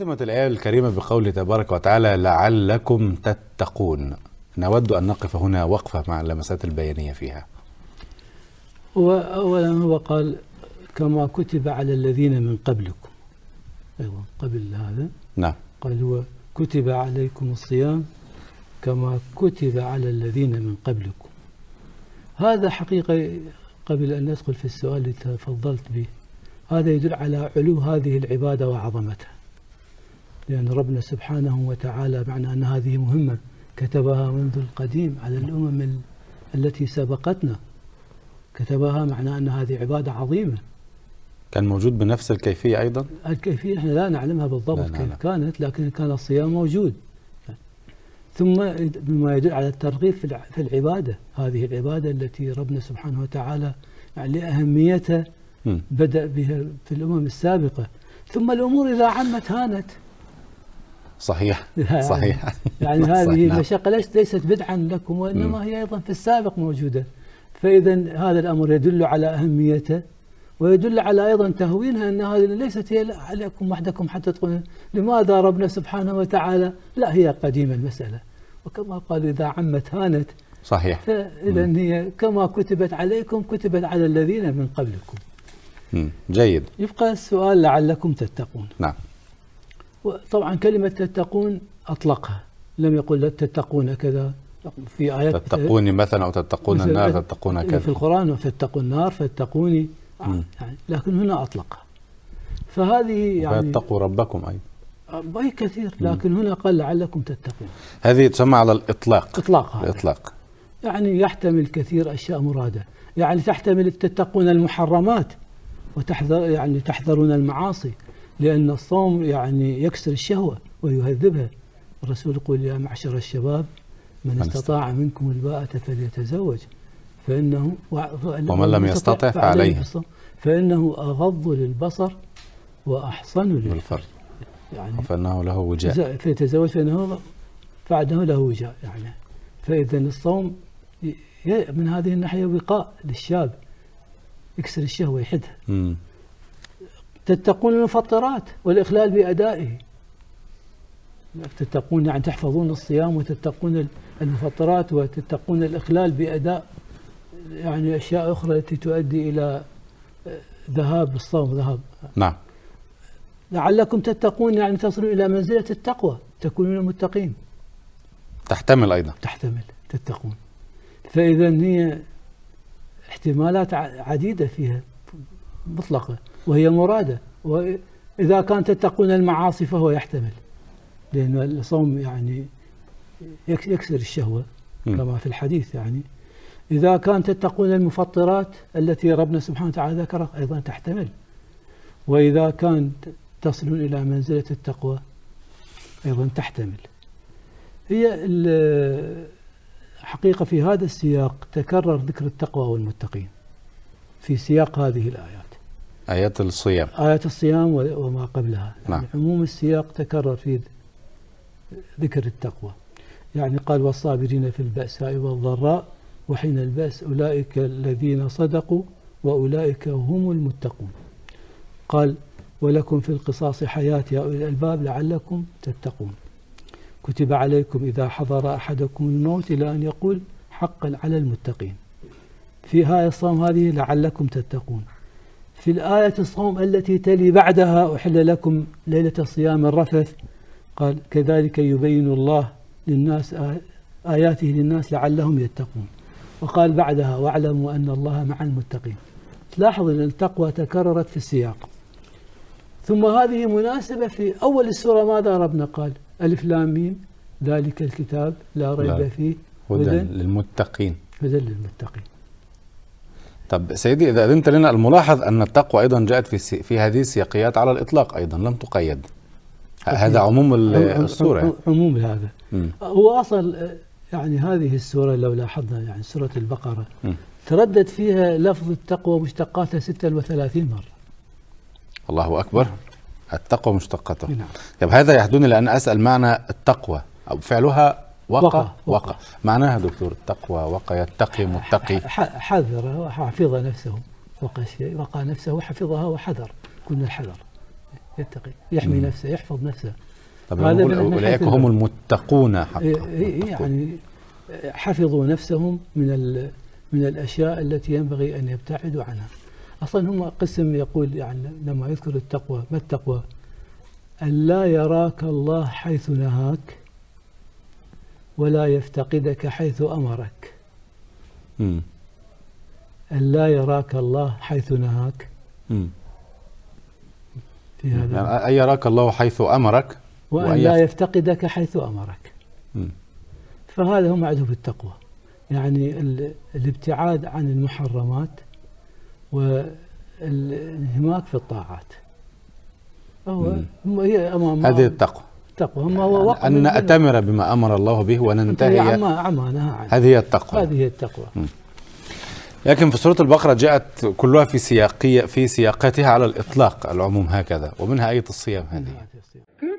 ختمت الآية الكريمة بقوله تبارك وتعالى لعلكم تتقون. نود أن نقف هنا وقفة مع اللمسات البيانية فيها. وأولا هو قال كما كتب على الذين من قبلكم، أيضا قبل هذا نعم، قال هو كتب عليكم الصيام كما كتب على الذين من قبلكم. هذا حقيقة قبل أن ندخل في السؤال اللي تفضلت به، هذا يدل على علو هذه العبادة وعظمتها، لأن ربنا سبحانه وتعالى معنى أن هذه مهمة كتبها منذ القديم على الأمم التي سبقتنا، كتبها معنى أن هذه عبادة عظيمة. كان موجود بنفس الكيفية أيضا؟ الكيفية احنا لا نعلمها بالضبط كيف كانت، لكن كان الصيام موجود. ثم بما يدل على الترغيب في العبادة، هذه العبادة التي ربنا سبحانه وتعالى يعني لأهميتها بدأ بها في الأمم السابقة. ثم الأمور إذا عمت هانت. صحيح صحيح. يعني هذه المشقة ليست بدعا لكم، وإنما هي أيضا في السابق موجودة. فإذا هذا الأمر يدل على أهميته، ويدل على أيضا تهوينها، أن هذه ليست هي عليكم وحدكم حتى تقولون لماذا ربنا سبحانه وتعالى، لا هي قديمة المسألة، وكما قال إذا عمت هانت. صحيح. فإذا هي كما كتبت عليكم كتبت على الذين من قبلكم. جيد. يبقى السؤال لعلكم تتقون. نعم. طبعا كلمة تتقون أطلقها، لم يقل لا تتقون كذا في آيات تتقوني مثلا أو تتقون النار، تتقون كذا في القرآن، فاتقوا النار فاتقوني يعني، لكن هنا أطلقها. فهذه يعني فاتقوا ربكم أي كثير، لكن هنا قال لعلكم تتقون. هذه تسمى على الإطلاق. الإطلاق يعني يحتمل كثير أشياء مرادة، يعني تحتمل تتقون المحرمات وتحذر، يعني تحذرون المعاصي، لأن الصوم يعني يكسر الشهوة ويهذبها. الرسول يقول يا معشر الشباب من استطاع منكم الباءة فليتزوج ومن لم يستطع فعليه، فإنه أغض للبصر وأحصن للفرج، يعني فإنه له وجاء، فيتزوج فإنه فعده له وجاء. يعني فإذا الصوم من هذه الناحية وقاء للشاب، يكسر الشهوة يحدها. تتقون المفطرات والإخلال بأدائه، تتقون يعني تحفظون الصيام وتتقون المفطرات وتتقون الإخلال بأداء يعني أشياء أخرى التي تؤدي إلى ذهاب الصوم. نعم. لعلكم تتقون يعني تصلوا إلى منزلة التقوى، تكونون متقين. تحتمل أيضا تحتمل تتقون. فإذا هي احتمالات عديدة فيها مطلقة وهي مرادة. وإذا كان تتقون المعاصي فهو يحتمل، لأن الصوم يعني يكسر الشهوة كما في الحديث. يعني إذا كان تتقون المفطرات التي ربنا سبحانه وتعالى ذكرها أيضا تحتمل. وإذا كان تصلون إلى منزلة التقوى أيضا تحتمل. هي الحقيقة في هذا السياق تكرر ذكر التقوى والمتقين في سياق هذه الآيات، آيات الصيام، آيات الصيام وما قبلها. نعم. يعني عموم السياق تكرر في ذكر التقوى. يعني قال والصابرين في البأساء والضراء وحين البأس أولئك الذين صدقوا وأولئك هم المتقون. قال ولكم في القصاص حياة يا أولي الألباب لعلكم تتقون. كتب عليكم إذا حضر أحدكم الموت إلى أن يقول حقا على المتقين. في آية الصوم هذه لعلكم تتقون. في الآية الصوم التي تلي بعدها أحل لكم ليلة الصيام الرفث، قال كذلك يبين الله للناس آياته للناس لعلهم يتقون. وقال بعدها واعلموا أن الله مع المتقين. تلاحظ أن التقوى تكررت في السياق. ثم هذه مناسبة في أول السورة. ماذا ربنا قال؟ ألف لام ميم ذلك الكتاب لا ريب فيه هدى للمتقين. هدى للمتقين. طب سيدي إذا أذنت لنا، الملاحظ أن التقوى أيضا جاءت في هذه السياقيات على الإطلاق أيضا، لم تقيد. هذا عموم السورة. عموم هذا هو أصل. يعني هذه السورة لو لاحظنا يعني سورة البقرة تردد فيها لفظ التقوى مشتقاتها 36 مرة. الله أكبر. التقوى مشتقاته. نعم. طب هذا يحدوني لأن أسأل معنى التقوى أو فعلها وقى. معناها دكتور التقوى وقى، يتقي، متقي، حذر وحفظ نفسه. وقى نفسه وحفظها وحذر، كل الحذر. يتقي، يحمي نفسه، يحفظ نفسه. طب أولئك هم المتقون حقا. يعني حفظوا نفسهم من الأشياء التي ينبغي أن يبتعدوا عنها. أصلا هم قسم يقول يعني لما يذكر التقوى، ما التقوى؟ أن لا يراك الله حيث نهاك ولا يفتقدك حيث أمرك. أن لا يراك الله حيث نهاك. في هذا يعني أن يراك الله حيث أمرك وأن لا يفتقدك حيث أمرك. فهذا هو معروف بالتقوى، يعني الابتعاد عن المحرمات والانهماك في الطاعات. هذه التقوى. هم هو أن نأتمر بما أمر الله به وننتهي عما نهى عنه. هذه التقوى. هذه التقوى. لكن في سورة البقرة جاءت كلها في سياقاتها على الإطلاق، العموم هكذا، ومنها آية الصيام هذه.